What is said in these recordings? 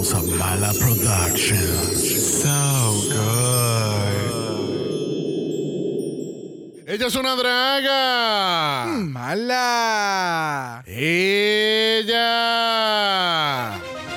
House of Mala Productions. So good. Ella es una draga. Mala. Ella.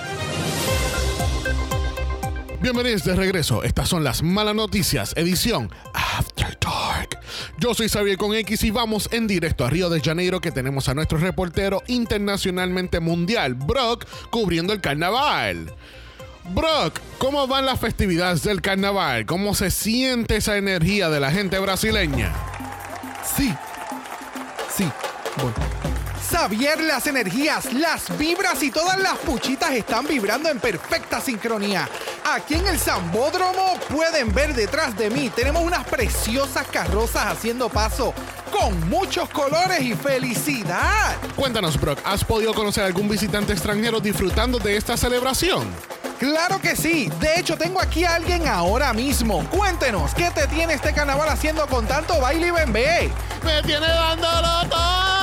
Bienvenidos de regreso. Estas son las malas noticias, edición After Dark. Yo soy Xavier con X y vamos en directo a Río de Janeiro, que tenemos a nuestro reportero internacionalmente mundial, Brock, cubriendo el carnaval. Brock, ¿cómo van las festividades del carnaval? ¿Cómo se siente esa energía de la gente brasileña? Sí. Bueno. Xavier, las energías, las vibras y todas las puchitas están vibrando en perfecta sincronía. Aquí en el Sambódromo pueden ver detrás de mí, tenemos unas preciosas carrozas haciendo paso con muchos colores y felicidad. Cuéntanos, Brock, ¿has podido conocer a algún visitante extranjero disfrutando de esta celebración? ¡Claro que sí! De hecho, tengo aquí a alguien ahora mismo. Cuéntenos, ¿qué te tiene este carnaval haciendo con tanto baile y bembé? ¡Me tiene dándolo todo!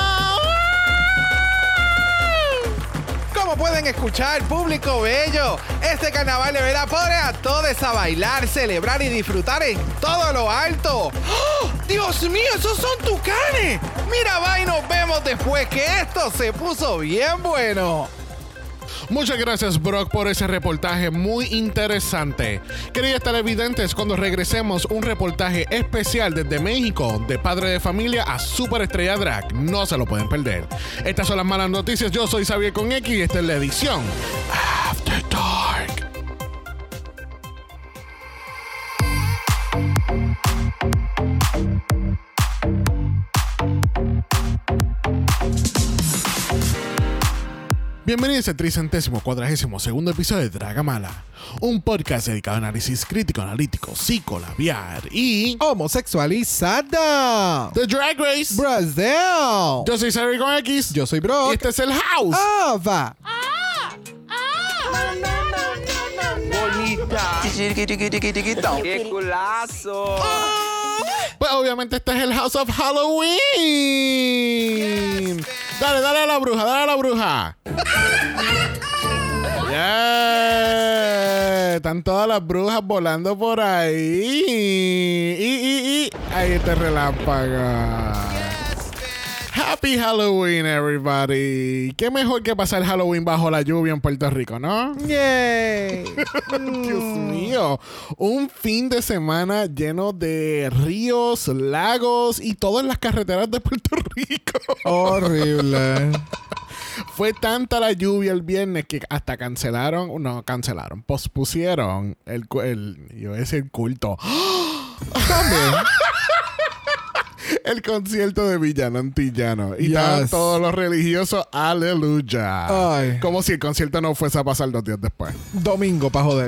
Como pueden escuchar, público bello, este carnaval de verdad pone a todos a bailar, celebrar y disfrutar en todo lo alto. ¡Oh! ¡Dios mío, esos son tucanes! Mira, va y nos vemos después, que esto se puso bien bueno. Muchas gracias, Brock, por ese reportaje muy interesante. Queridos televidentes, cuando regresemos, un reportaje especial desde México, de padre de familia a superestrella drag. No se lo pueden perder. Estas son las malas noticias. Yo soy Xavier con X y esta es la edición After Dark. Bienvenidos al 342º episodio de Draga Mala, un podcast dedicado a análisis crítico, analítico, psicolabiar y homosexualizada The Drag Race Brasil. Yo soy Xavier con X. Yo soy Brock. Y este es el House. Va. Bonita. ¡Qué culazo! Pues obviamente este es el House of Halloween. Dale a la bruja, Yeah. Están todas las brujas volando por ahí. Y ahí está el relámpago. Happy Halloween, everybody. Qué mejor que pasar Halloween bajo la lluvia en Puerto Rico, ¿no? Yay. Dios mío. Un fin de semana lleno de ríos, lagos y todas las carreteras de Puerto Rico. Horrible. Fue tanta la lluvia el viernes que hasta pospusieron el culto. También. El concierto de Villano Antillano. Y estaban todos los religiosos, aleluya. Ay. Como si el concierto no fuese a pasar 2 días después. Domingo, pa' joder.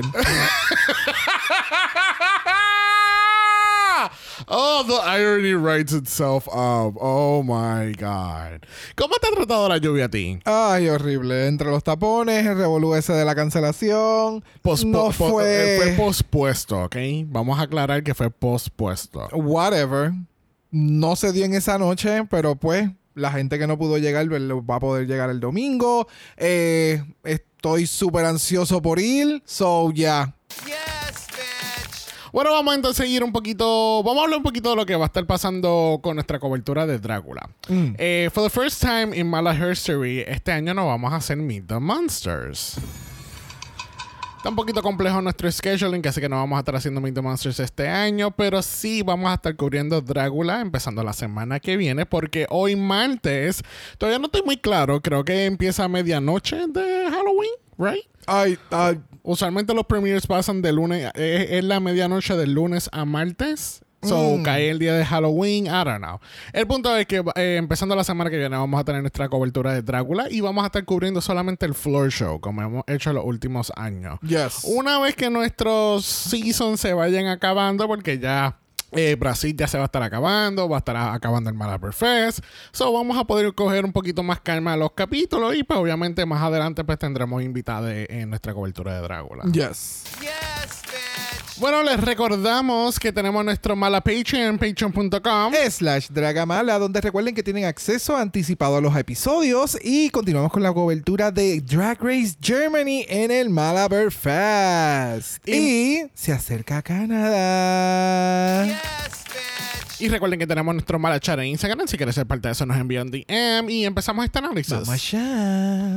Oh, the irony writes itself up. Oh my God. ¿Cómo te ha tratado la lluvia a ti? Ay, horrible. Entre los tapones, el revolú ese de la cancelación. Fue pospuesto, ¿ok? Vamos a aclarar que fue pospuesto. Whatever. No se dio en esa noche, pero pues la gente que no pudo llegar va a poder llegar el domingo. Estoy súper ansioso por ir. So, yeah. Bueno, vamos entonces a seguir un poquito. Vamos a hablar un poquito de lo que va a estar pasando con nuestra cobertura de Drácula. For the first time in Mala History, este año no vamos a hacer Meet the Monsters. Está un poquito complejo nuestro scheduling, así que no vamos a estar haciendo Meet the Monsters este año, pero sí vamos a estar cubriendo Drácula empezando la semana que viene, porque hoy martes, todavía no estoy muy claro, creo que empieza a medianoche de Halloween, ¿right? Usualmente los premieres pasan de lunes, es la medianoche del lunes a martes. So, cae el día de Halloween, I don't know. El punto es que empezando la semana que viene vamos a tener nuestra cobertura de Drácula y vamos a estar cubriendo solamente el floor show, como hemos hecho en los últimos años. Yes. Una vez que nuestros seasons se vayan acabando, porque ya Brasil ya se va a estar acabando, va a estar acabando el Malabar Fest. So, vamos a poder coger un poquito más calma a los capítulos y pues obviamente más adelante pues tendremos invitados en nuestra cobertura de Drácula. Yes. Yes, bitch. Bueno, les recordamos que tenemos nuestro Mala Patreon, patreon.com/Dragamala, donde recuerden que tienen acceso anticipado a los episodios y continuamos con la cobertura de Drag Race Germany en el Malabar Fest. Y se acerca a Canadá. Y recuerden que tenemos nuestro Mala Chat en Instagram. Si quieres ser parte de eso, nos envían DM y empezamos este análisis. Vamos allá.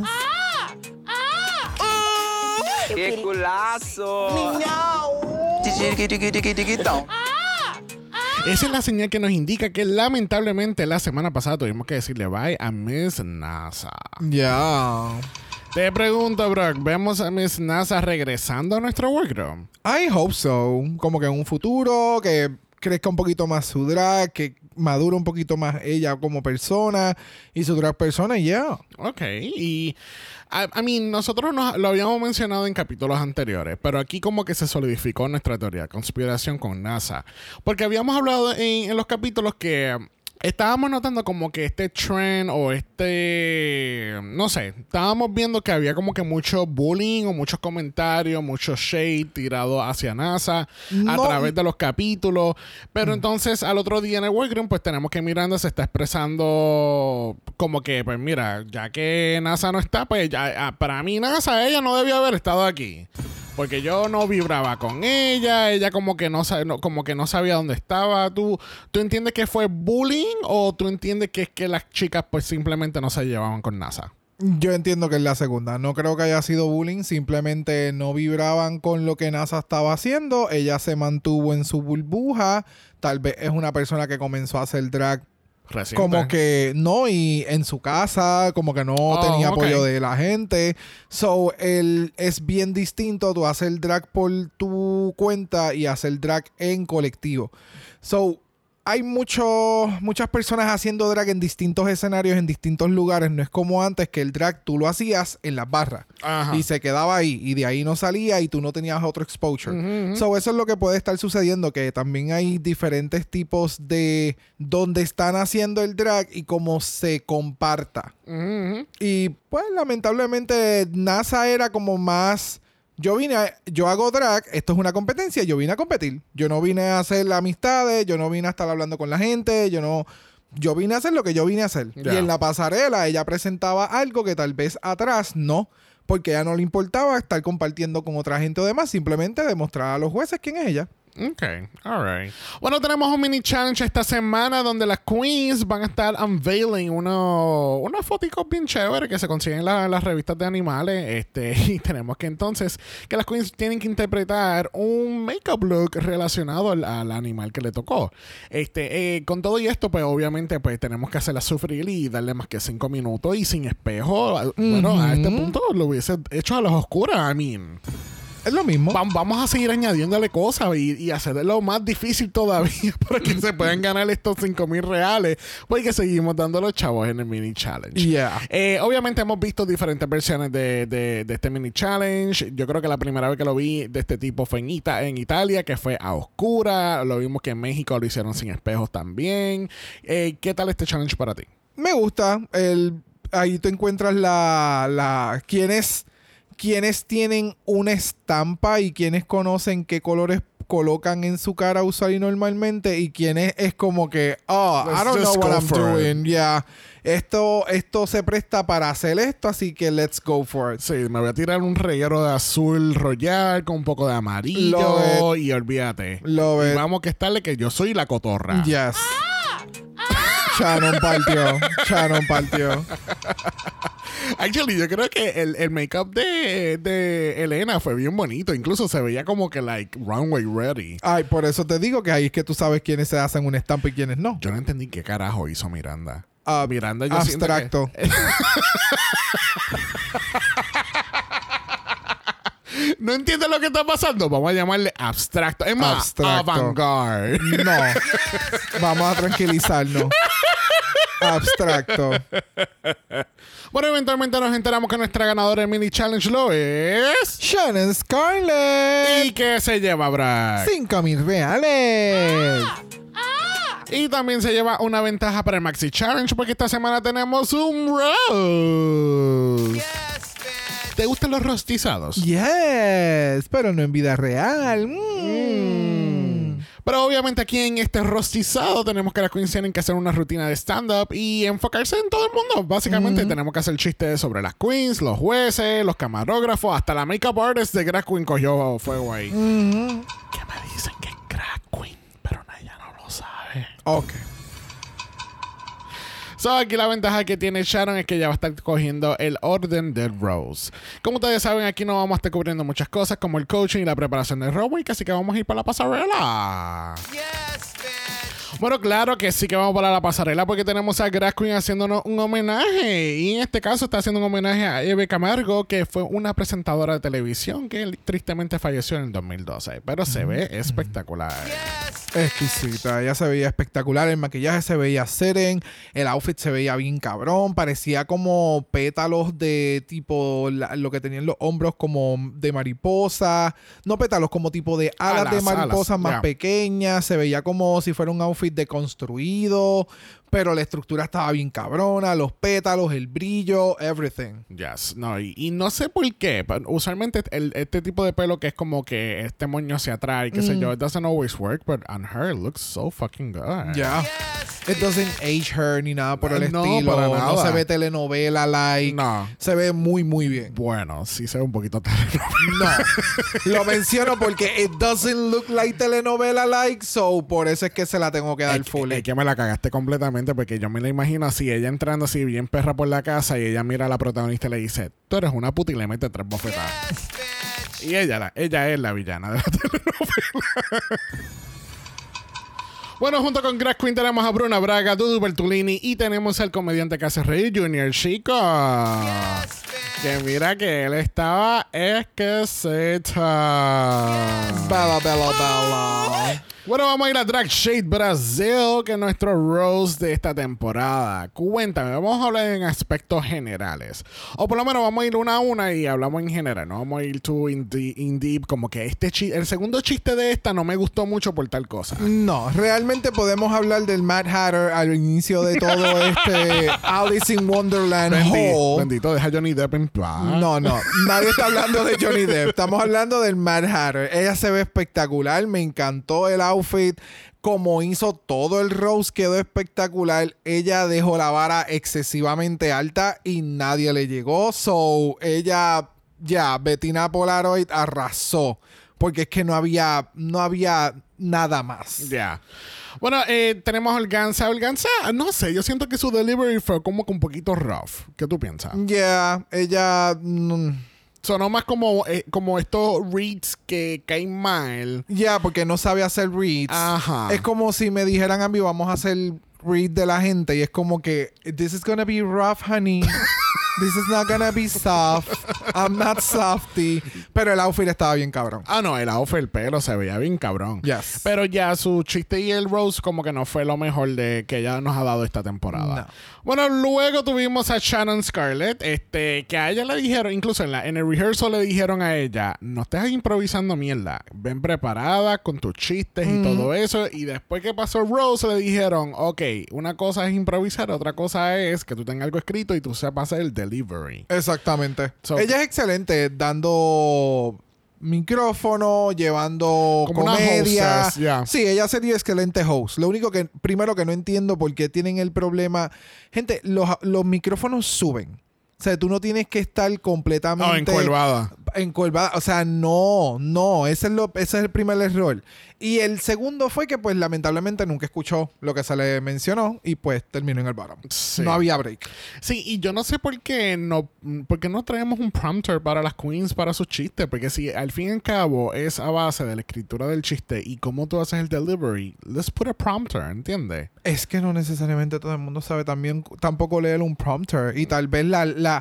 ¡Qué culazo! Esa es la señal que nos indica que lamentablemente la semana pasada tuvimos que decirle bye a Miss NASA. Ya. Te pregunto, Brock, ¿vemos a Miss NASA regresando a nuestro workroom? I hope so. Como que en un futuro que crezca un poquito más su drag, que madure un poquito más ella como persona y su drag persona y ya. Ok, y I mean, nosotros lo habíamos mencionado en capítulos anteriores, pero aquí como que se solidificó nuestra teoría de conspiración con NASA. Porque habíamos hablado en los capítulos que estábamos notando como que este trend o no sé, estábamos viendo que había como que mucho bullying o muchos comentarios, mucho shade tirado hacia NASA a través de los capítulos. Pero entonces al otro día en el workroom pues tenemos que Miranda se está expresando como que pues mira, ya que NASA no está, pues ya, para mí NASA, ella no debió haber estado aquí. Porque yo no vibraba con ella como que no sabía dónde estaba. ¿Tú entiendes que fue bullying o tú entiendes que es que las chicas pues simplemente no se llevaban con NASA? Yo entiendo que es la segunda. No creo que haya sido bullying. Simplemente no vibraban con lo que NASA estaba haciendo. Ella se mantuvo en su burbuja. Tal vez es una persona que comenzó a hacer drag reciente. Como que no, y en su casa, como que no tenía apoyo de la gente. So, es bien distinto tú hacer drag por tu cuenta y hacer drag en colectivo. So, hay muchas personas haciendo drag en distintos escenarios, en distintos lugares. No es como antes que el drag tú lo hacías en las barras. Ajá. Y se quedaba ahí. Y de ahí no salía y tú no tenías otro exposure. So, eso es lo que puede estar sucediendo. Que también hay diferentes tipos de donde están haciendo el drag y cómo se comparta. Y pues lamentablemente NASA era como más... Yo hago drag, esto es una competencia, yo vine a competir. Yo no vine a hacer amistades, yo no vine a estar hablando con la gente, yo vine a hacer lo que yo vine a hacer. Yeah. Y en la pasarela ella presentaba algo que tal vez atrás no, porque a ella no le importaba estar compartiendo con otra gente o demás, simplemente demostrar a los jueces quién es ella. Ok, alright. Bueno, tenemos un mini challenge esta semana donde las queens van a estar unveiling unos foticos bien chéveres que se consiguen en las revistas de animales. Y tenemos que entonces que las queens tienen que interpretar un makeup look relacionado al animal que le tocó. Con todo y esto, pues obviamente pues tenemos que hacerla sufrir y darle más que 5 minutos y sin espejo. Bueno, a este punto lo hubiese hecho a las oscuras, I mean. Es lo mismo. Vamos a seguir añadiéndole cosas y hacerlo más difícil todavía para que se puedan ganar estos 5,000 reales. Porque seguimos dando los chavos en el mini challenge. Yeah. Obviamente hemos visto diferentes versiones de este mini challenge. Yo creo que la primera vez que lo vi de este tipo fue en Italia, que fue a oscura. Lo vimos que en México lo hicieron sin espejos también. ¿Qué tal este challenge para ti? Me gusta. Ahí tú encuentras quienes tienen una estampa y quienes conocen qué colores colocan en su cara usual y normalmente y quienes es como que I don't know what I'm doing. Yeah. Esto se presta para hacer esto, así que let's go for it. Sí, me voy a tirar un reguero de azul royal con un poco de amarillo y olvídate. Y vamos a estarle que yo soy la cotorra. Yes. Shannon partió. Actually, yo creo que el make-up de Elena fue bien bonito. Incluso se veía como que like runway ready. Ay, por eso te digo que ahí es que tú sabes quiénes se hacen una estampa y quiénes no. Yo no entendí qué carajo hizo Miranda. Miranda yo abstracto. Siento que... ¿No entiendes lo que está pasando? Vamos a llamarle abstracto. Es más, avant-garde. No. Vamos a tranquilizarnos. Abstracto. Bueno, eventualmente nos enteramos que nuestra ganadora del mini challenge lo es Shannon Scarlett. ¿Y qué se lleva, Brad? 5,000 reales. Y también se lleva una ventaja para el Maxi Challenge porque esta semana tenemos un Rose. Yes, bitch. ¿Te gustan los rostizados? Yes, pero no en vida real. Pero obviamente aquí en este rostizado tenemos que las queens tienen que hacer una rutina de stand-up y enfocarse en todo el mundo. Básicamente tenemos que hacer chistes sobre las queens, los jueces, los camarógrafos, hasta la makeup artist de Drag Queen cogió fuego ahí. Que me dicen que es Drag Queen, pero ella no lo sabe. Ok. So, aquí la ventaja que tiene Sharon es que ella va a estar cogiendo el orden del Rose. Como ustedes saben, aquí no vamos a estar cubriendo muchas cosas como el coaching y la preparación del Road Week, así que vamos a ir para la pasarela. Yes, Bueno, claro que sí que vamos para la pasarela porque tenemos a Drag Queen haciéndonos un homenaje. Y en este caso está haciendo un homenaje a Eve Camargo, que fue una presentadora de televisión que tristemente falleció en el 2012. Pero se ve espectacular. exquisita. Ella se veía espectacular. El maquillaje se veía seren. El outfit se veía bien cabrón. Parecía como pétalos de tipo... lo que tenían los hombros como de mariposa. No pétalos, como tipo de alas de mariposa más pequeñas. Se veía como si fuera un outfit deconstruido. Pero la estructura estaba bien cabrona. Los pétalos, el brillo, everything. Yes. No, y no sé por qué. Pero usualmente este tipo de pelo que es como que este moño hacia atrás y qué sé yo. It doesn't always work, but on her it looks so fucking good. Yeah. It doesn't age her ni nada por el estilo. Para nada. No se ve telenovela-like. No. Se ve muy, muy bien. Bueno, sí se ve un poquito telenovela. No. Lo menciono porque it doesn't look like telenovela-like, so por eso es que se la tengo que dar full. Es que me la cagaste completamente porque yo me la imagino así, ella entrando así bien perra por la casa y ella mira a la protagonista y le dice, tú eres una puta y le mete 3 bofetadas. Y ella es la villana de la telenovela. Bueno, junto con Drag Queen tenemos a Bruna Braga, Dudu Bertolini y tenemos al comediante que hace reír, Junior Chico. Que mira que él estaba exquisito. Bella, bella, bella. Bueno, vamos a ir a Drag Shade Brasil, que es nuestro Rose de esta temporada. Cuéntame, vamos a hablar en aspectos generales. O por lo menos vamos a ir una a una y hablamos en general. No vamos a ir too in deep, como que el segundo chiste de esta no me gustó mucho por tal cosa. No, realmente podemos hablar del Mad Hatter al inicio de todo este Alice in Wonderland Hall. Bendito, deja a Johnny Depp en paz. No, nadie está hablando de Johnny Depp. Estamos hablando del Mad Hatter. Ella se ve espectacular, me encantó el outfit. Como hizo todo el Rose, quedó espectacular. Ella dejó la vara excesivamente alta y nadie le llegó. So, ella, Bettina Polaroid arrasó. Porque es que no había nada más. Ya. Bueno, tenemos a Organza. Organza, no sé, yo siento que su delivery fue como que un poquito rough. ¿Qué tú piensas? Ella... sonó más como estos reads que caen mal. Porque no sabe hacer reads. Ajá. Es como si me dijeran a mí, vamos a hacer read de la gente. Y es como que, this is gonna be rough, honey. This is not gonna be soft. I'm not softy. Pero el outfit estaba bien cabrón. No, el outfit, el pelo se veía bien cabrón. Yes. Pero ya su chiste y el Rose como que no fue lo mejor de que ella nos ha dado esta temporada. No. Bueno, luego tuvimos a Shannon Scarlett, que a ella le dijeron, incluso en el rehearsal le dijeron a ella, no estés improvisando mierda, ven preparada con tus chistes y todo eso. Y después que pasó Rose le dijeron, ok, una cosa es improvisar, otra cosa es que tú tengas algo escrito y tú sepas hacer el delivery. Exactamente. So, ella es excelente dando micrófono, llevando como comedia. una hostess, yeah. Sí, ella sería excelente host. Lo único que, primero, que no entiendo por qué tienen el problema. Gente, los micrófonos suben. O sea, tú no tienes que estar completamente... encorvada. O sea, no. Ese es el primer error. Y el segundo fue que, pues, lamentablemente nunca escuchó lo que se le mencionó y, pues, terminó en el bottom. Sí. No había break. Sí, y yo no sé por qué no traemos un prompter para las queens para sus chistes, porque si al fin y al cabo es a base de la escritura del chiste y cómo tú haces el delivery, let's put a prompter, ¿entiendes? Es que no necesariamente todo el mundo sabe tampoco leer un prompter y tal vez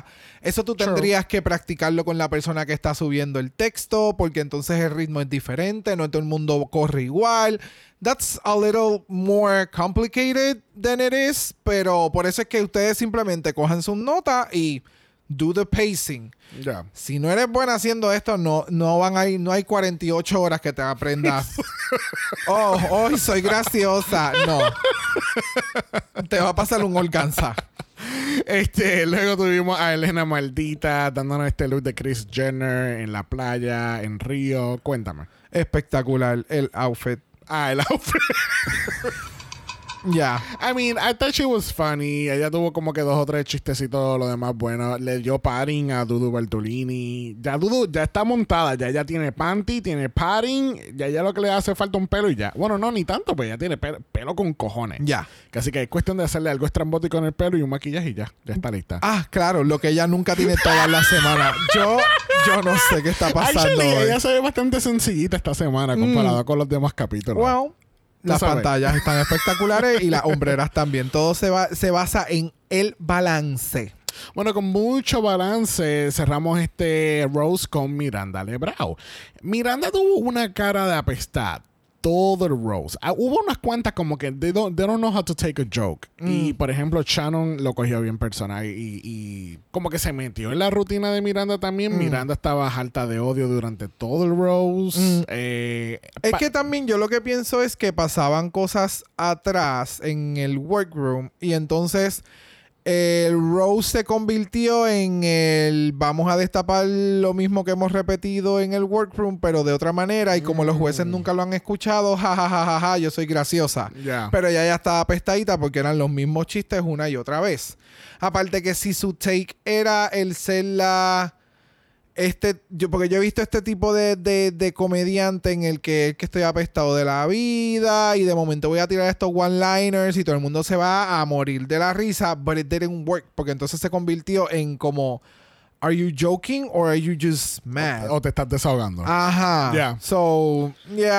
eso tú tendrías que practicarlo con la persona que está subiendo el texto, porque entonces el ritmo es diferente, no todo el mundo corre igual. That's a little more complicated than it is, pero por eso es que ustedes simplemente cojan sus notas y do the pacing. Yeah. Si no eres buena haciendo esto, no hay 48 horas que te aprendas. Hoy soy graciosa. No. Te va a pasar un Organza. Luego tuvimos a Elena Maldita dándonos este look de Kris Jenner en la playa, en Río. Cuéntame. Espectacular el outfit. El outfit. Ya. I mean, I thought she was funny. Ella tuvo como que 2 o 3 chistecitos, lo demás bueno. Le dio padding a Dudu Bertolini. Ya Dudu ya está montada. Ya ella tiene panty, tiene padding. Ya lo que le hace falta un pelo y ya. Bueno, no, ni tanto, pues ya tiene pelo con cojones. Ya. Así que es cuestión de hacerle algo estrambótico en el pelo y un maquillaje y ya. Ya está lista. Claro, lo que ella nunca tiene todas las semanas. Yo no sé qué está pasando Actually, hoy. ella se ve bastante sencillita esta semana comparada con los demás capítulos. Well, las pantallas están espectaculares y las hombreras también. Todo se basa en el balance. Bueno, con mucho balance cerramos este Rose con Miranda Lebrão. Miranda tuvo una cara de apestad todo el Rose. Hubo unas cuantas como que they don't know how to take a joke. Y, por ejemplo, Shannon lo cogió bien personal y como que se metió en la rutina de Miranda también. Miranda estaba harta de odio durante todo el Rose. Es que también yo lo que pienso es que pasaban cosas atrás en el workroom y entonces el Rose se convirtió en el vamos a destapar lo mismo que hemos repetido en el workroom, pero de otra manera. Y como los jueces nunca lo han escuchado, ja, yo soy graciosa. Yeah. Pero ella ya estaba apestadita porque eran los mismos chistes una y otra vez. Aparte que si su take era el ser la... porque yo he visto este tipo de comediante en el que estoy apestado de la vida y de momento voy a tirar estos one-liners y todo el mundo se va a morir de la risa, but it didn't work, porque entonces se convirtió en como ¿are you joking or are you just mad? O te estás desahogando. Ajá. Yeah. So,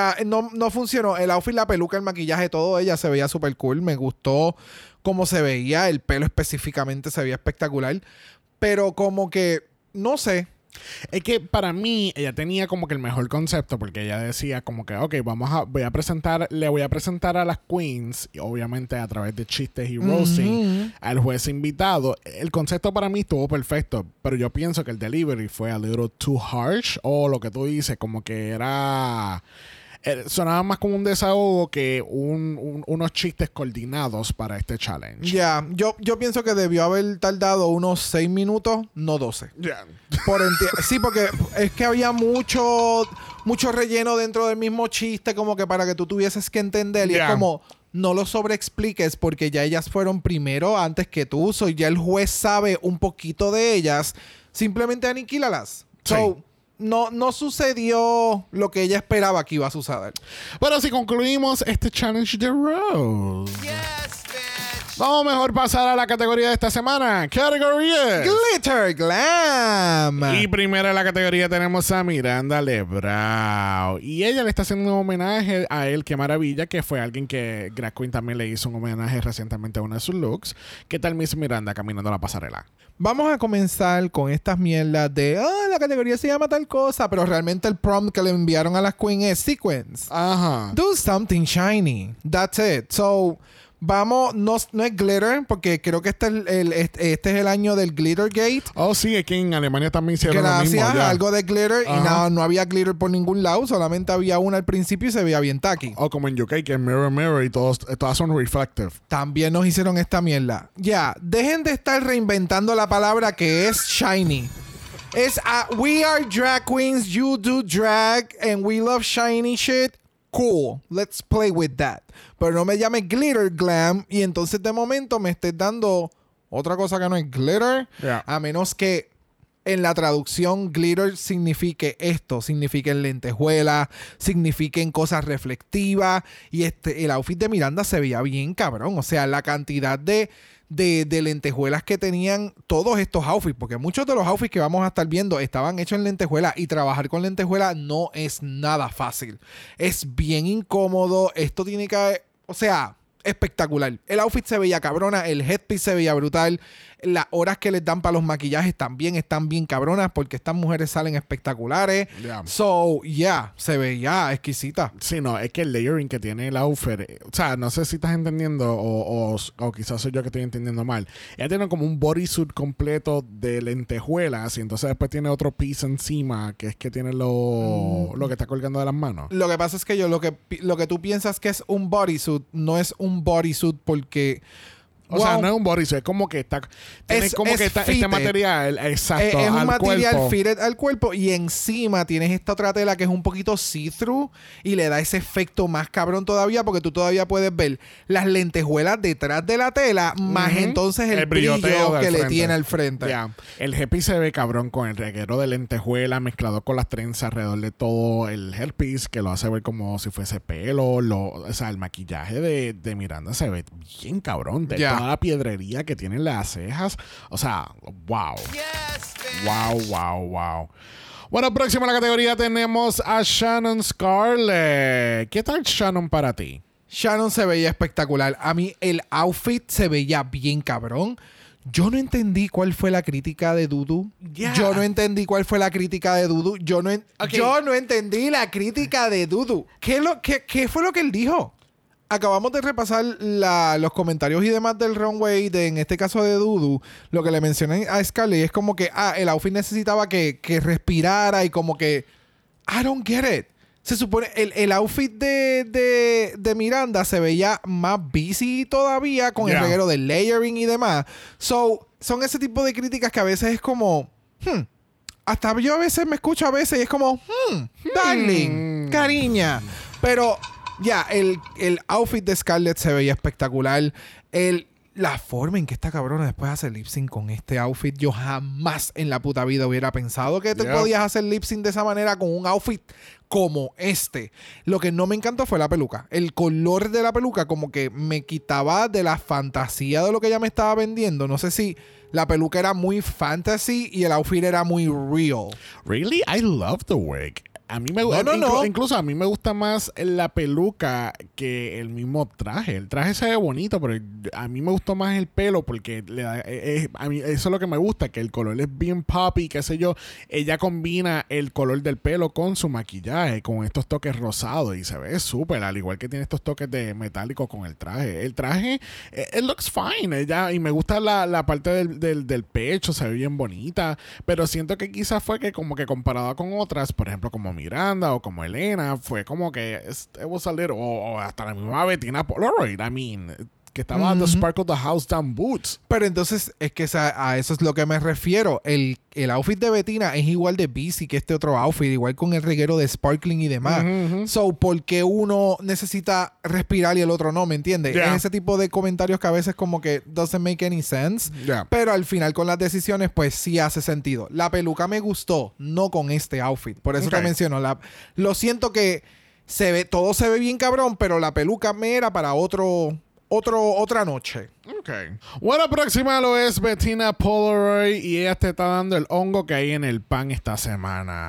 no funcionó. El outfit, la peluca, el maquillaje, todo ella se veía súper cool. Me gustó cómo se veía. El pelo específicamente se veía espectacular. Pero como que, no sé. Es que para mí ella tenía como que el mejor concepto porque ella decía como que le voy a presentar a las queens y obviamente a través de chistes y roasting al juez invitado. El concepto para mí estuvo perfecto, pero yo pienso que el delivery fue a little too harsh o lo que tú dices como que era... sonaba más como un desahogo que unos chistes coordinados para este challenge. Ya, yo pienso que debió haber tardado unos 6 minutos, no 12. Yeah. Sí, porque es que había mucho relleno dentro del mismo chiste, como que para que tú tuvieses que entender. Y es como, no lo sobreexpliques porque ya ellas fueron primero antes que tú. Ya el juez sabe un poquito de ellas. Simplemente aniquílalas. Sí. No sucedió lo que ella esperaba que iba a suceder. Bueno, si concluimos este challenge de Rose. Yes, bitch. Vamos mejor pasar a la categoría de esta semana. Category es Glitter Glam. Y primero en la categoría tenemos a Miranda Lebrão. Y ella le está haciendo un homenaje a él, qué maravilla, que fue alguien que Drag Queen también le hizo un homenaje recientemente a uno de sus looks. ¿Qué tal Miss Miranda caminando la pasarela? Vamos a comenzar con estas mierdas de la categoría se llama tal cosa, pero realmente el prompt que le enviaron a las queens es sequence. Ajá. Do something shiny. That's it. So, vamos, no es glitter, porque creo que este es el año del Glitter Gate. Oh, sí, es que en Alemania también hicieron lo mismo. Gracias a algo de glitter. Ajá. Y no había glitter por ningún lado, solamente había una al principio y se veía bien tacky. O como en UK, que es Mirror Mirror y todas son reflective. También nos hicieron esta mierda. Ya, dejen de estar reinventando la palabra que es shiny. Es we are drag queens, you do drag, and we love shiny shit. Cool, let's play with that. Pero no me llame glitter glam y entonces de momento me estés dando otra cosa que no es glitter. Yeah. A menos que en la traducción glitter signifique esto, signifique en lentejuela, signifique en cosas reflectivas. Y el outfit de Miranda se veía bien cabrón. O sea, la cantidad de lentejuelas que tenían todos estos outfits, porque muchos de los outfits que vamos a estar viendo estaban hechos en lentejuela y trabajar con lentejuela no es nada fácil. Es bien incómodo. Esto tiene que... O sea, espectacular. El outfit se veía cabrona, el headpiece se veía brutal. Las horas que les dan para los maquillajes también están bien cabronas porque estas mujeres salen espectaculares. Yeah. So, se veía exquisita. Sí, no, es que el layering que tiene el outfit, o sea, no sé si estás entendiendo o quizás soy yo que estoy entendiendo mal. Ella tiene como un bodysuit completo de lentejuelas y entonces después tiene otro piece encima que es que tiene lo que está colgando de las manos. Lo que pasa es que lo que tú piensas que es un bodysuit no es un bodysuit porque O sea, no es un bodysuit, es como que está... Tiene como que este material, exacto, es un al material cuerpo. fitted al cuerpo y encima tienes esta otra tela que es un poquito see-through y le da ese efecto más cabrón todavía porque tú todavía puedes ver las lentejuelas detrás de la tela más entonces el brillo que le tiene al frente. Yeah. El headpiece se ve cabrón con el reguero de lentejuela mezclado con las trenzas alrededor de todo el headpiece que lo hace ver como si fuese pelo. O sea, el maquillaje de Miranda se ve bien cabrón. De toda la piedrería que tienen las cejas. O sea, wow. Wow. Bueno, próximo a la categoría tenemos a Shannon Scarlett. ¿Qué tal Shannon para ti? Shannon se veía espectacular. A mí el outfit se veía bien cabrón. Yo no entendí cuál fue la crítica de Dudu. Yo no entendí cuál fue la crítica de Dudu. Yo no entendí la crítica de Dudu. ¿Qué fue lo que él dijo? Acabamos de repasar los comentarios y demás del runway, en este caso de Dudu. Lo que le mencioné a Scarlett es como que el outfit necesitaba que respirara y como que... I don't get it. Se supone el outfit de Miranda se veía más busy todavía con el reguero del layering y demás. So, son ese tipo de críticas que a veces es como... Hasta yo a veces me escucho a veces y es como... darling, cariña. Pero... el outfit de Scarlett se veía espectacular. La forma en que esta cabrona después hace lip sync con este outfit, yo jamás en la puta vida hubiera pensado que te podías hacer lip sync de esa manera con un outfit como este. Lo que no me encantó fue la peluca. El color de la peluca como que me quitaba de la fantasía de lo que ella me estaba vendiendo. No sé si la peluca era muy fantasy y el outfit era muy real. Really? I love the wig. A mí me incluso a mí me gusta más la peluca que el mismo traje. El traje se ve bonito, pero a mí me gustó más el pelo porque a mí eso es lo que me gusta, que el color es bien poppy, qué sé yo. Ella combina el color del pelo con su maquillaje, con estos toques rosados y se ve súper, al igual que tiene estos toques de metálico con el traje. El traje, it looks fine. Y me gusta la parte del pecho, se ve bien bonita, pero siento que quizás fue que como que comparada con otras, por ejemplo, como Miranda o como Elena, fue como que it was a little, o hasta la misma Bettina Polaroid, I mean, que estaba The Sparkle the House Down Boots. Pero entonces es que a eso es lo que me refiero. El outfit de Bettina es igual de busy que este otro outfit, igual con el reguero de sparkling y demás. So, ¿por qué uno necesita respirar y el otro no? ¿Me entiendes? Es ese tipo de comentarios que a veces como que doesn't make any sense. Pero al final con las decisiones pues sí hace sentido. La peluca me gustó, no con este outfit. Por eso te menciono. Lo siento que todo se ve bien cabrón, pero la peluca me era para otra noche. Bueno, próxima lo es Bettina Polaroid y ella te está dando el hongo que hay en el pan esta semana.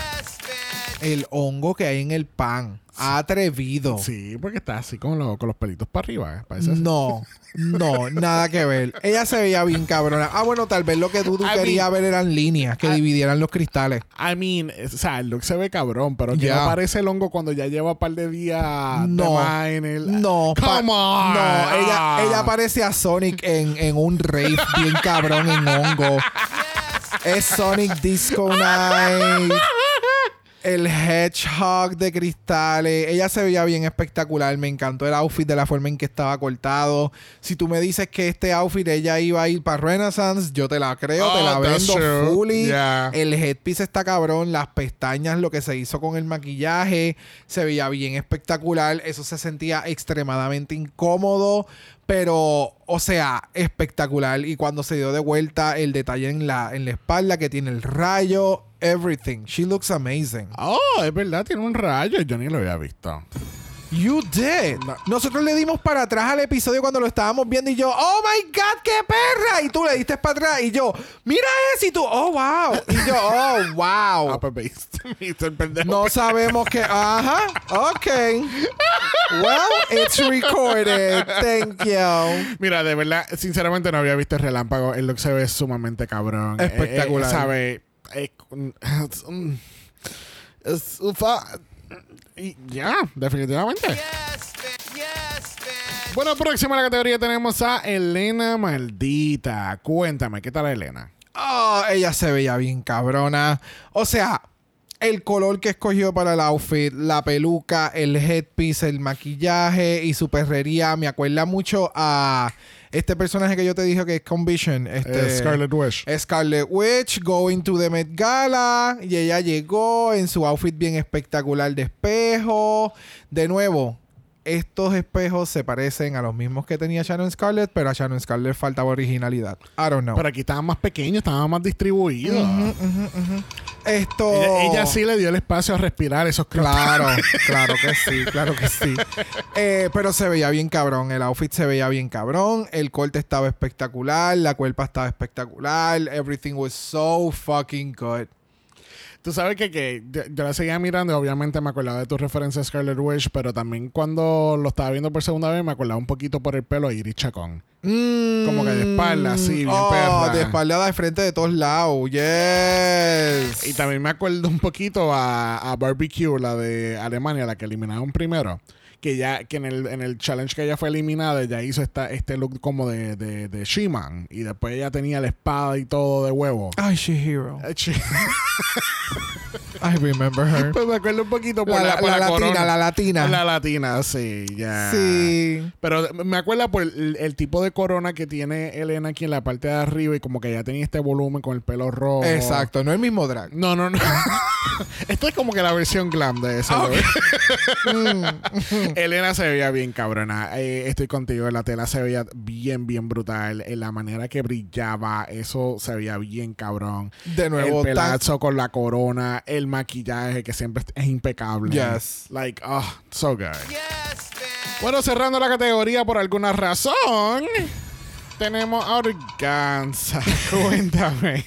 El hongo que hay en el pan. Atrevido. Sí, porque está así con los pelitos para arriba. No, nada que ver. Ella se veía bien cabrona. Bueno, tal vez lo que Dudu quería ver eran líneas que dividieran los cristales. I mean, o sea, el look se ve cabrón, pero que no aparece el hongo cuando ya lleva un par de días de más en el... No. Come on. No, ella parece a Sonic en un rave bien cabrón en hongo. Es Sonic Disco Night. El hedgehog de cristales. Ella se veía bien espectacular. Me encantó el outfit de la forma en que estaba cortado. Si tú me dices que este outfit ella iba a ir para Renaissance, yo te la creo, te la vendo fully. El headpiece está cabrón. Las pestañas, lo que se hizo con el maquillaje, se veía bien espectacular. Eso se sentía extremadamente incómodo. Pero, o sea, espectacular. Y cuando se dio de vuelta, el detalle en la espalda que tiene el rayo, everything. She looks amazing. Oh, es verdad, tiene un rayo. Yo ni lo había visto. You did. No. Nosotros le dimos para atrás al episodio cuando lo estábamos viendo y yo, oh my God, qué perra. Y tú le diste para atrás y yo, mira eso. Y tú, oh wow. Y yo, oh wow. No sabemos que, ok. Well, it's recorded. Thank you. Mira, de verdad, sinceramente no había visto el relámpago. El look se ve sumamente cabrón. Espectacular. ¿Sabe? Y ya, definitivamente. Bueno, próxima a la categoría tenemos a Elena Maldita. Cuéntame, ¿qué tal Elena? Oh, ella se veía bien cabrona. O sea, el color que escogió para el outfit, la peluca, el headpiece, el maquillaje y su perrería me acuerda mucho a Este personaje que yo te dije que es con Vision, Scarlet Witch. Scarlet Witch going to the Met Gala y ella llegó en su outfit bien espectacular de espejo. De nuevo, estos espejos se parecen a los mismos que tenía Shannon Scarlett, pero a Shannon Scarlett faltaba originalidad. I don't know. Pero aquí estaban más pequeños, estaban más distribuidos. Ella sí le dio el espacio a respirar esos Claro que sí. Pero se veía bien cabrón. El outfit se veía bien cabrón. El corte estaba espectacular. La cuerpa estaba espectacular. Everything was so fucking good. Tú sabes que yo la seguía mirando y obviamente me acordaba de tu referencia a Scarlet Witch, pero también cuando lo estaba viendo por segunda vez me acordaba un poquito por el pelo de Iris Chacón. Como que de espalda, así, bien perra. De espalda de frente de todos lados. Yes. Y también me acuerdo un poquito a Barbecue, la de Alemania, la que eliminaron primero. Que en el challenge que ella fue eliminada, ella hizo este look como de She-Man. Y después ella tenía la espada y todo de huevo. Ay, She-Hero. I remember her. Pues me acuerdo un poquito por la latina. La latina, sí, ya. Sí. Pero me acuerdo por el tipo de corona que tiene Elena aquí en la parte de arriba y como que ya tenía este volumen con el pelo rojo. Exacto, no el mismo drag. No. Esto es como que la versión glam de eso. Okay. Elena se veía bien cabrona. Estoy contigo. La tela se veía bien, bien brutal. La manera que brillaba, eso se veía bien cabrón. De nuevo, el pelazo con la corona, el maquillaje que siempre es impecable. Yes. Like, so good. Yes, bueno, cerrando la categoría por alguna razón, tenemos a Organza. Cuéntame.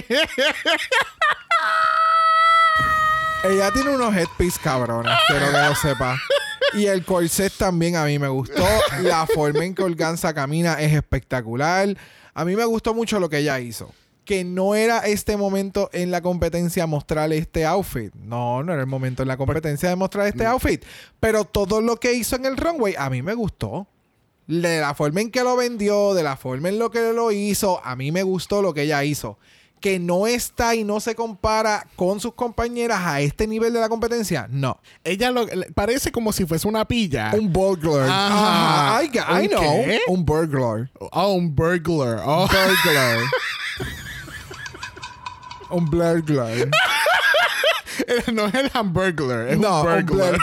Ella tiene unos headpiece cabrones, quiero que lo sepa. Y el corset también a mí me gustó. La forma en que Organza camina es espectacular. A mí me gustó mucho lo que ella hizo. Que no era este momento en la competencia mostrar este outfit. No era el momento en la competencia de mostrar este outfit. Pero todo lo que hizo en el runway a mí me gustó. De la forma en que lo vendió, de la forma en lo que lo hizo, a mí me gustó lo que ella hizo. Que no está y no se compara con sus compañeras a este nivel de la competencia, no. Ella parece como si fuese una pilla. Un burglar. Ajá. I know. ¿Qué? Un burglar. Un burglar. Oh. Burglar. Un burglar. No es el hamburglar, es un burglar.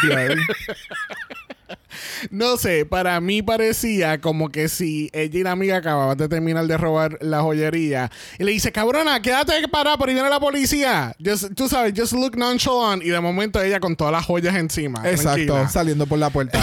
No sé, para mí parecía como que si ella y la amiga acababan de terminar de robar la joyería y le dice, cabrona, quédate parada, por ahí viene la policía. Tú sabes, just look nonchalant. Y de momento ella con todas las joyas encima. Exacto, tranquila. saliendo por la puerta.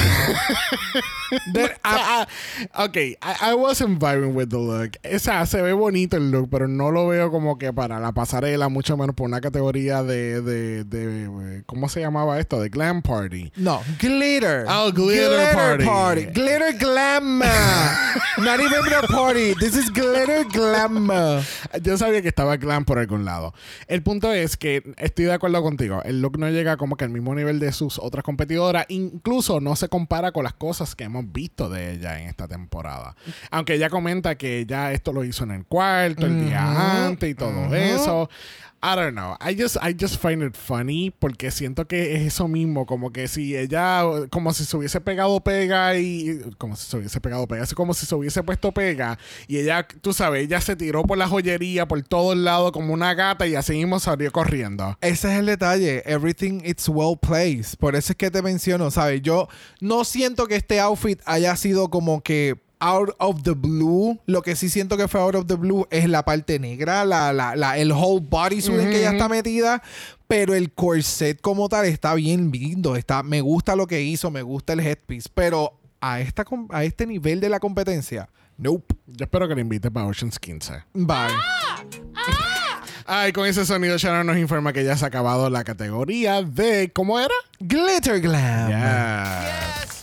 I wasn't vibing with the look. O sea, se ve bonito el look, pero no lo veo como que para la pasarela, mucho menos por una categoría de ¿cómo se llamaba esto? De glam party. No, glitter. Oh, glitter party. Glitter glam. Not even a party. This is glitter glam. Yo sabía que estaba glam por algún lado. El punto es que estoy de acuerdo contigo. El look no llega como que al mismo nivel de sus otras competidoras. Incluso no se compara con las cosas que hemos visto de ella en esta temporada. Aunque ella comenta que ya esto lo hizo en el cuarto, el día antes y todo eso. I don't know. I just find it funny porque siento que es eso mismo, como que si ella, como si se hubiese pegado pega y como si se hubiese pegado pega, así como si se hubiese puesto pega y ella, tú sabes, ella se tiró por la joyería por todo el lado como una gata y así mismo salió corriendo. Ese es el detalle. Everything it's well placed. Por eso es que te menciono, ¿sabes? Yo no siento que este outfit haya sido como que out of the blue. Lo que sí siento que fue out of the blue es la parte negra, el whole bodysuit en que ella está metida. Pero el corset como tal está bien lindo. Me gusta lo que hizo, me gusta el headpiece. Pero a este nivel de la competencia, nope. Yo espero que le invite para Ocean's 15. Bye. Ay, con ese sonido Sharon nos informa que ya se ha acabado la categoría de... ¿Cómo era? Glitter Glam. Yes.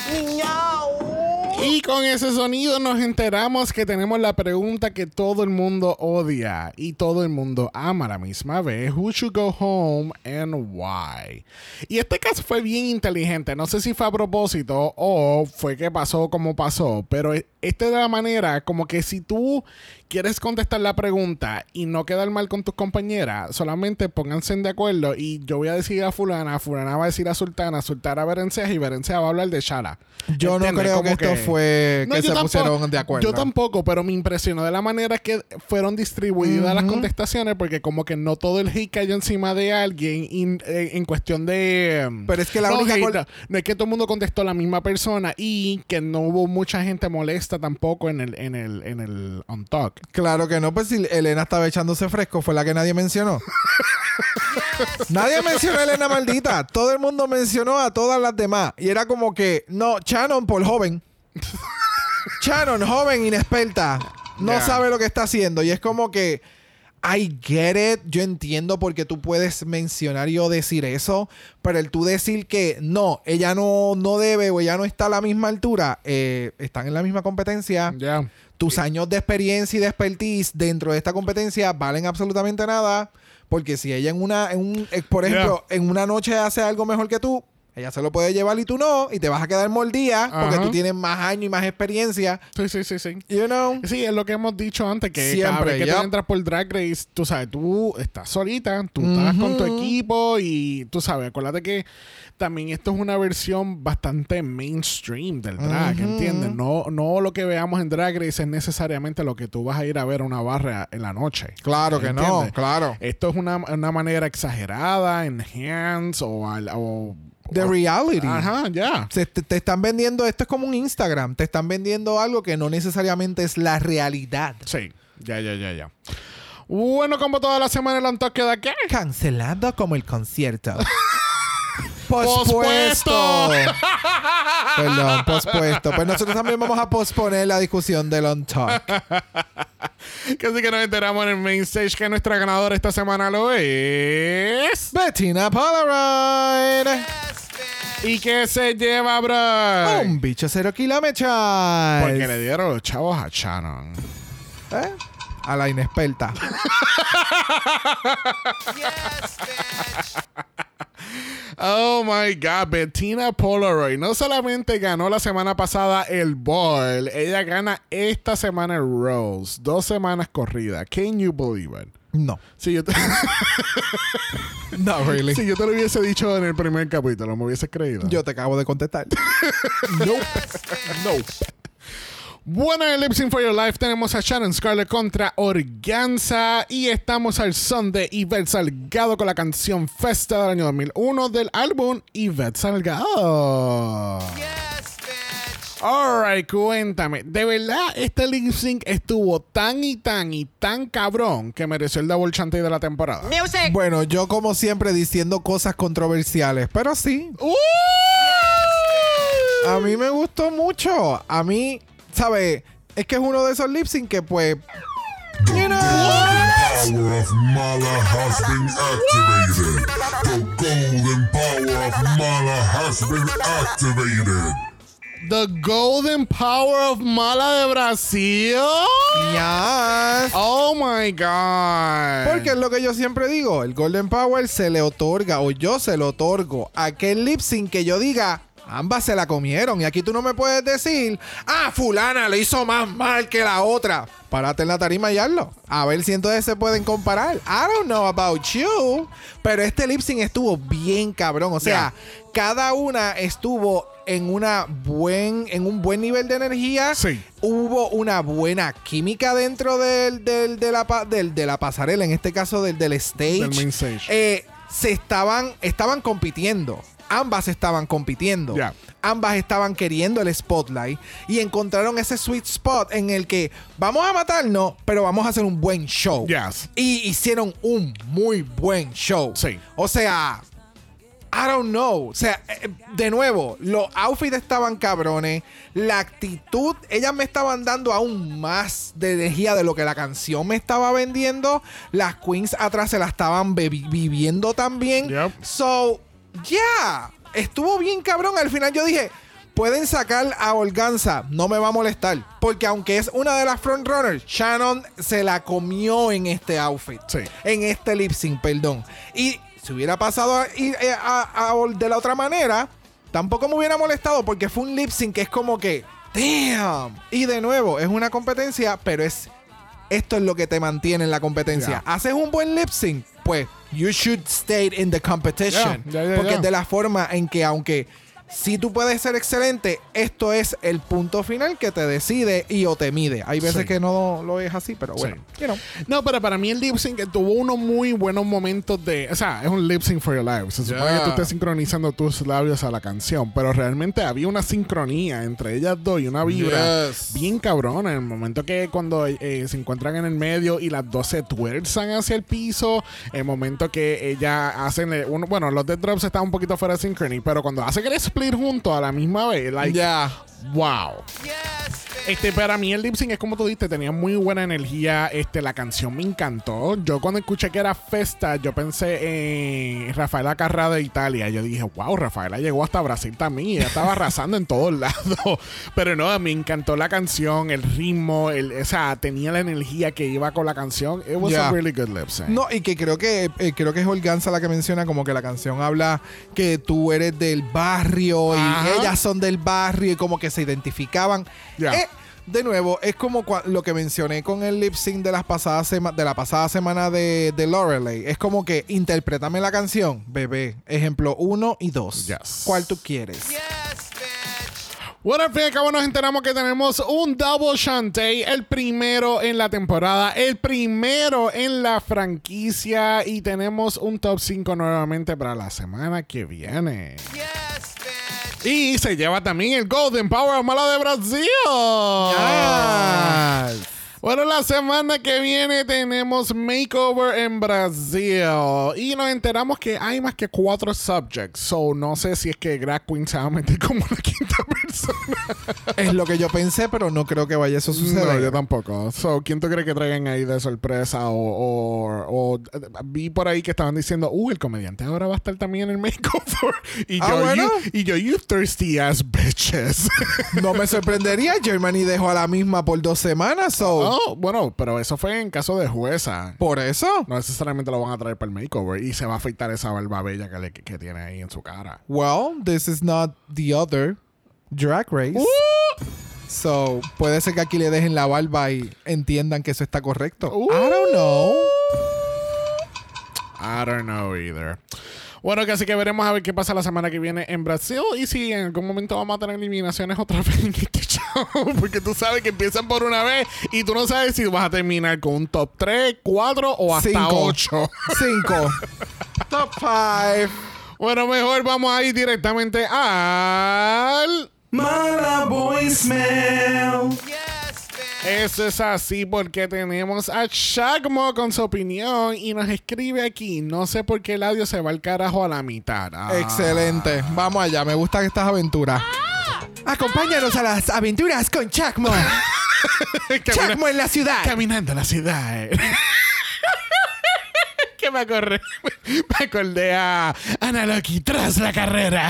Y con ese sonido nos enteramos que tenemos la pregunta que todo el mundo odia y todo el mundo ama a la misma vez. Who should go home and why? Y este caso fue bien inteligente. No sé si fue a propósito o fue que pasó como pasó, pero esta es la manera como que si tú quieres contestar la pregunta y no quedar mal con tus compañeras, solamente pónganse de acuerdo y yo voy a decir a fulana va a decir a Sultana va a Berencea y Berencea va a hablar de Shala. Yo no creo que esto fue fue que yo se pusieron de acuerdo. Yo tampoco, pero me impresionó de la manera que fueron distribuidas las contestaciones, porque como que no todo el hate cayó encima de alguien en cuestión de... Pero es que la única... no es que todo el mundo contestó la misma persona y que no hubo mucha gente molesta tampoco en el On Talk. Claro que no, pues si Elena estaba echándose fresco, fue la que nadie mencionó. Nadie mencionó a Elena maldita. Todo el mundo mencionó a todas las demás. Y era como que, no, Shannon por joven. Shannon, joven, inexperta. No sabe lo que está haciendo. Y es como que, I get it. Yo entiendo por qué tú puedes mencionar y o decir eso. Pero el tú decir que no, ella no debe o ella no está a la misma altura, están en la misma competencia. Ya. Tus años de experiencia y de expertise dentro de esta competencia valen absolutamente nada. Porque si ella por ejemplo, en una noche hace algo mejor que tú, ella se lo puede llevar y tú no, y te vas a quedar mordida porque tú tienes más años y más experiencia. Sí. You know? Sí, es lo que hemos dicho antes, que siempre, cada vez que tú entras por Drag Race, tú sabes, tú estás solita, tú estás con tu equipo y tú sabes, acuérdate que también esto es una versión bastante mainstream del drag, ¿entiendes? No lo que veamos en Drag Race es necesariamente lo que tú vas a ir a ver a una barra en la noche. Claro que ¿entiendes? no, claro. Esto es una manera exagerada, enhanced o de reality. Ajá, ya. Te están vendiendo, esto es como un Instagram, te están vendiendo algo que no necesariamente es la realidad. Sí, ya. Bueno, como toda la semana el On Talk queda ¿qué? Cancelado como el concierto. ¡Pospuesto! Perdón, pospuesto. Pues nosotros también vamos a posponer la discusión del On Talk. Casi que nos enteramos en el main stage que nuestra ganadora esta semana lo es... Bettina Polaroid. ¿Y qué se lleva, bro? Un bicho 0 kilómetros. Porque le dieron los chavos a Shannon. A la inexperta. Oh my God, Bettina Polaroid no solamente ganó la semana pasada el Ball, ella gana esta semana el Rose. 2 semanas corridas. Can you believe it? No. Si yo te... No, really. Si yo te lo hubiese dicho en el primer capítulo, ¿me hubieses creído? Yo te acabo de contestar. No. Bueno, en el Lip Sync for Your Life tenemos a Shannon Scarlett contra Organza y estamos al son de Ivette Salgado con la canción Festa del año 2001 del álbum Ivette Salgado. Yes, bitch. Alright, cuéntame, ¿de verdad este lip sync estuvo tan cabrón que mereció el double chante de la temporada? Music. Bueno, yo como siempre diciendo cosas controversiales, pero sí. A mí me gustó mucho. A mí... ¿Sabes? Es que es uno de esos lip sync que pues... You know, the power of Mala has been activated. The golden power of Mala has been activated. The Golden Power of Mala de Brasil. Yes. Oh my God. Porque es lo que yo siempre digo. El Golden Power se le otorga, o yo se lo otorgo, a aquel lip sync que yo diga... Ambas se la comieron. Y aquí tú no me puedes decir, fulana le hizo más mal que la otra. Párate en la tarima y hazlo. A ver si entonces se pueden comparar. I don't know about you. Pero este lip sync estuvo bien cabrón. O sea, cada una estuvo en un buen nivel de energía. Sí. Hubo una buena química dentro de la pasarela. En este caso del stage. Del main stage. Estaban compitiendo. Ambas estaban compitiendo. Yeah. Ambas estaban queriendo el spotlight y encontraron ese sweet spot en el que vamos a matarnos, pero vamos a hacer un buen show. Yes. Y hicieron un muy buen show. Sí. O sea, I don't know. O sea, de nuevo, los outfits estaban cabrones. La actitud, ellas me estaban dando aún más de energía de lo que la canción me estaba vendiendo. Las queens atrás se la estaban viviendo también. Yep. So... Ya, estuvo bien cabrón. Al final yo dije, pueden sacar a Organza, no me va a molestar. Porque aunque es una de las frontrunners, Shannon se la comió en este outfit. Sí. En este lip sync, perdón. Y si hubiera pasado de la otra manera, tampoco me hubiera molestado porque fue un lip sync que es como que, damn. Y de nuevo, es una competencia, pero esto es lo que te mantiene en la competencia. Yeah. Haces un buen lip sync, pues you should stay in the competition. Yeah. Porque es de la forma en que, aunque si tú puedes ser excelente, esto es el punto final que te decide y o te mide. Hay veces que no lo es así, pero bueno. No, pero para mí el lip sync tuvo unos muy buenos momentos de... O sea, es un lip sync for your life. Se supone que tú estés sincronizando tus labios a la canción, pero realmente había una sincronía entre ellas dos y una vibra bien cabrona. En el momento que cuando se encuentran en el medio y las dos se tuerzan hacia el piso, el momento que ellas hacen... bueno, los dead drops están un poquito fuera de synchrony, pero cuando hacen el split juntos a la misma vez, like, wow. Para mí el lip sync es como tú dijiste, tenía muy buena energía. La canción me encantó. Yo cuando escuché que era Festa, yo pensé en Rafaela Carrà de Italia. Yo dije, wow, Rafaela llegó hasta Brasil también y ella estaba arrasando en todos lados. Pero no, me encantó la canción, el ritmo, tenía la energía que iba con la canción. It was a really good lip sync. No, y que creo que es Organza la que menciona como que la canción habla que tú eres del barrio y ellas son del barrio y como que se identificaban. De nuevo, es como lo que mencioné con el lip sync de la pasada semana de Lorelei. Es como que interprétame la canción, bebé. Ejemplo 1 y 2. ¿Cuál tú quieres? Bueno, al fin y al cabo nos enteramos que tenemos un Double Shantay, el primero en la temporada, el primero en la franquicia, y tenemos un top 5 nuevamente para la semana que viene. Y se lleva también el Golden Power of Mala de Brasil. Bueno, la semana que viene tenemos Makeover en Brasil. Y nos enteramos que hay más que 4 subjects. So, no sé si es que Drag Queen se va a meter como la quinta persona. Es lo que yo pensé, pero no creo que vaya eso a suceder. No, yo tampoco. So, ¿quién tú crees que traigan ahí de sorpresa? O vi por ahí que estaban diciendo, el comediante ahora va a estar también en el Makeover. Y yo, you thirsty ass bitches. No me sorprendería. Germany dejó a la misma por 2 semanas. So. Bueno, pero eso fue en caso de jueza. ¿Por eso? No necesariamente lo van a traer para el makeover y se va a afeitar esa barba bella que tiene ahí en su cara. Well, this is not the other Drag Race. So, puede ser que aquí le dejen la barba y entiendan que eso está correcto. I don't know either. Bueno, que así que veremos a ver qué pasa la semana que viene en Brasil y si en algún momento vamos a tener eliminaciones otra vez en este show. Porque tú sabes que empiezan por una vez y tú no sabes si vas a terminar con un top 3, 4 o hasta 8. 5. Top 5. Bueno, mejor vamos a ir directamente al... Mala Voicemail. Eso es así porque tenemos a Chacmo con su opinión y nos escribe aquí. No sé por qué el audio se va al carajo a la mitad. Excelente. Vamos allá. Me gustan estas aventuras. Acompáñanos a las aventuras con Chacmo. Chacmo en la ciudad. Caminando en la ciudad. Que me acordé a Ana Loki tras la carrera.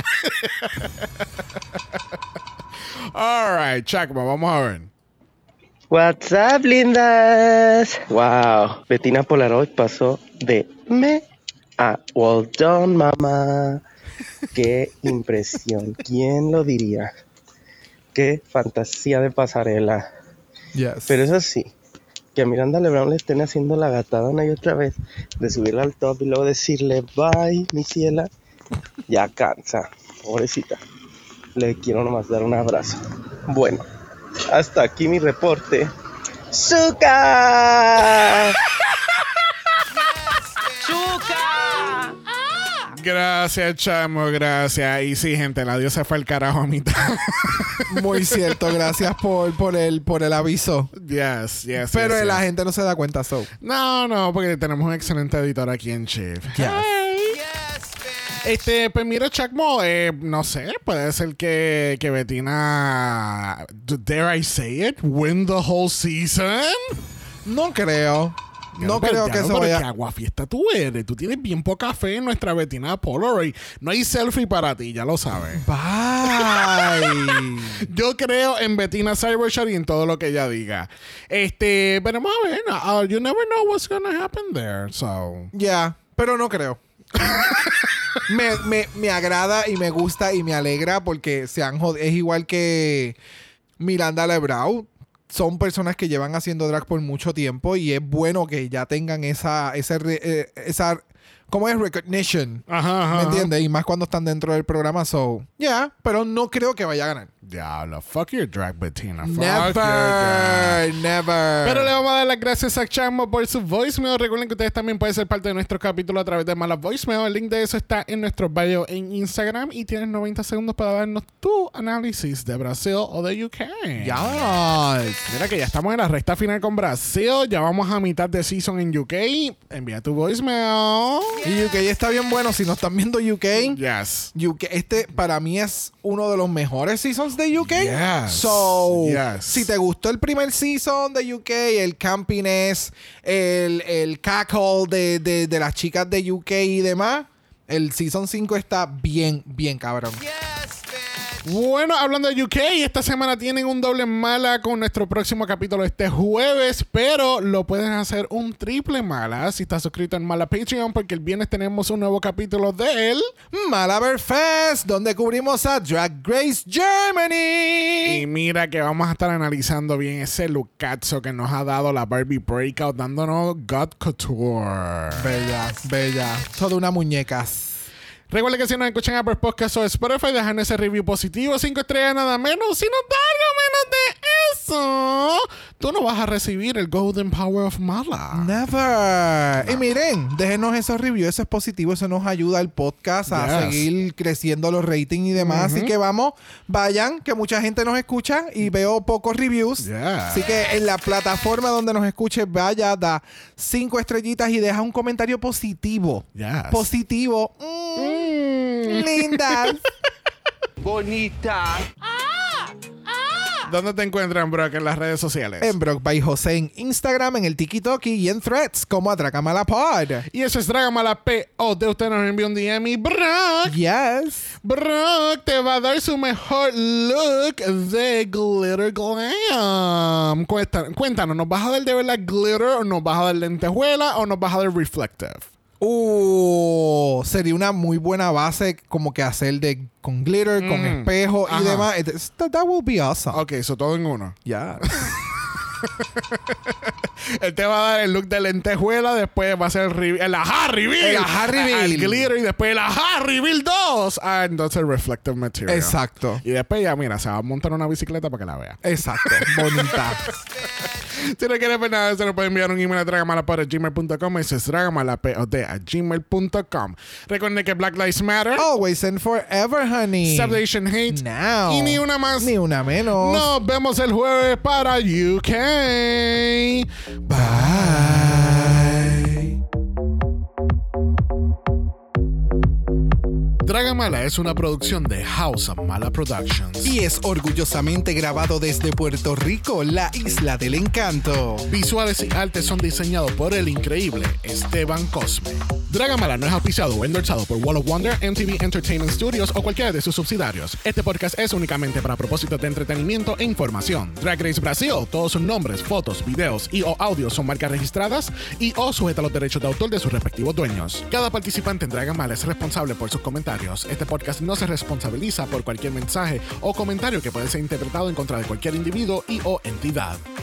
All right, Chacmo, vamos a ver. What's up, lindas? Wow, Bettina Polaroid pasó de me a well done, mama. Qué impresión, ¿quién lo diría? Qué fantasía de pasarela. Yes. Pero eso sí, que a Miranda Lebrón le estén haciendo la gatada una y otra vez de subirla al top y luego decirle bye, mi ciela, ya cansa, pobrecita. Le quiero nomás dar un abrazo. Bueno, hasta aquí mi reporte. ¡Zuka! ¡Chuca! Gracias, chamo, gracias. Y sí, gente, el audio se fue al carajo a mitad. Muy cierto, gracias por el aviso. Yes. Pero la gente no se da cuenta, so. No, porque tenemos un excelente editor aquí en Chief. Yes. Pues mira, Chacmo, no sé, puede ser que Bettina, dare I say it, win the whole season. No creo. No creo que eso vaya. ¿Qué aguafiesta tú eres? Tú tienes bien poca fe en nuestra Bettina Polaroid. No hay selfie para ti, ya lo sabes. Bye. Yo creo en Bettina Cybershot y en todo lo que ella diga. Veremos a ver. You never know what's gonna happen there. So. Yeah, pero no creo. me agrada y me gusta y me alegra porque es igual que Miranda Lebrón. Son personas que llevan haciendo drag por mucho tiempo y es bueno que ya tengan esa ¿cómo es? Recognition. Ajá. ¿Me entiendes? Y más cuando están dentro del programa. So, pero no creo que vaya a ganar. Diablo, fuck your drag, Bettina. Fuck your drag. Never. Pero le vamos a dar las gracias a Chamo por su voicemail. Recuerden que ustedes también pueden ser parte de nuestro capítulo a través de Malas Voicemail. El link de eso está en nuestro bio en Instagram y tienes 90 segundos para darnos tu análisis de Brasil o de UK. Yes. Mira que ya estamos en la recta final con Brasil. Ya vamos a mitad de season en UK. Envía tu voicemail. Y UK está bien bueno. Si no están viendo UK, Yes. UK, para mí es uno de los mejores seasons de UK. Yes. So, Yes. si te gustó el primer season de UK, el campiness, el cackle de las chicas de UK y demás, el season 5 está bien, bien cabrón. Bueno, hablando de UK, esta semana tienen un doble mala con nuestro próximo capítulo este jueves, pero lo pueden hacer un triple mala si estás suscrito en Mala Patreon, porque el viernes tenemos un nuevo capítulo de él. Malabar Fest, donde cubrimos a Drag Race Germany. Y mira que vamos a estar analizando bien ese lookazo que nos ha dado la Barbie Breakout, dándonos God Couture. Bella. Toda una muñeca. Recuerden que si nos escuchan a Apple Podcast o Spotify, dejan ese review positivo, 5 estrellas nada menos. Si nos da algo menos de eso, tú no vas a recibir el Golden Power of Mala. Never. Y miren, déjenos esos reviews, eso es positivo, eso nos ayuda al podcast a seguir creciendo los ratings y demás. Así que vayan, que mucha gente nos escucha y veo pocos reviews. Así que en la plataforma donde nos escuche, vaya, da 5 estrellitas y deja un comentario positivo. Positivo. Lindas. Bonita. ¿Dónde te encuentran, Brock, en las redes sociales? En Brock by José en Instagram, en el TikTok y en Threads como Atracamala Pod. Y eso es Dragamala P.O.D. Usted nos envió un DM y Brock te va a dar su mejor look de Glitter Glam. Cuéntanos, ¿nos vas a dar de verdad glitter o nos vas a dar lentejuela o nos vas a dar reflective? Sería una muy buena base como que hacer con glitter, con espejo y demás. That will be awesome. Ok, eso todo en uno. Ya. Él te va a dar el look de lentejuela, después va a ser el Aha Reveal. El Aha Reveal. El glitter y después el Aha Reveal 2. Entonces el reflective material. Exacto. Y después ya, mira, se va a montar una bicicleta para que la vea. Exacto. Bonita. Si no quieres ver nada de eso, nos puede enviar un email a dragamalapod@gmail.com. Eso es dragamalapod@gmail.com. Recuerden que Black Lives Matter. Always and forever, honey. Stop the Asian Hate. Now. Y ni una más. Ni una menos. Nos vemos el jueves para UK. Bye. Dragamala es una producción de House of Mala Productions. Y es orgullosamente grabado desde Puerto Rico, la isla del encanto. Visuales y artes son diseñados por el increíble Esteban Cosme. Dragamala no es auspiciado o endorsado por Wall of Wonder, MTV Entertainment Studios o cualquiera de sus subsidiarios. Este podcast es únicamente para propósitos de entretenimiento e información. Drag Race Brasil, todos sus nombres, fotos, videos y o audios son marcas registradas y o sujeta a los derechos de autor de sus respectivos dueños. Cada participante en Dragamala es responsable por sus comentarios. Este podcast no se responsabiliza por cualquier mensaje o comentario que puede ser interpretado en contra de cualquier individuo y o entidad.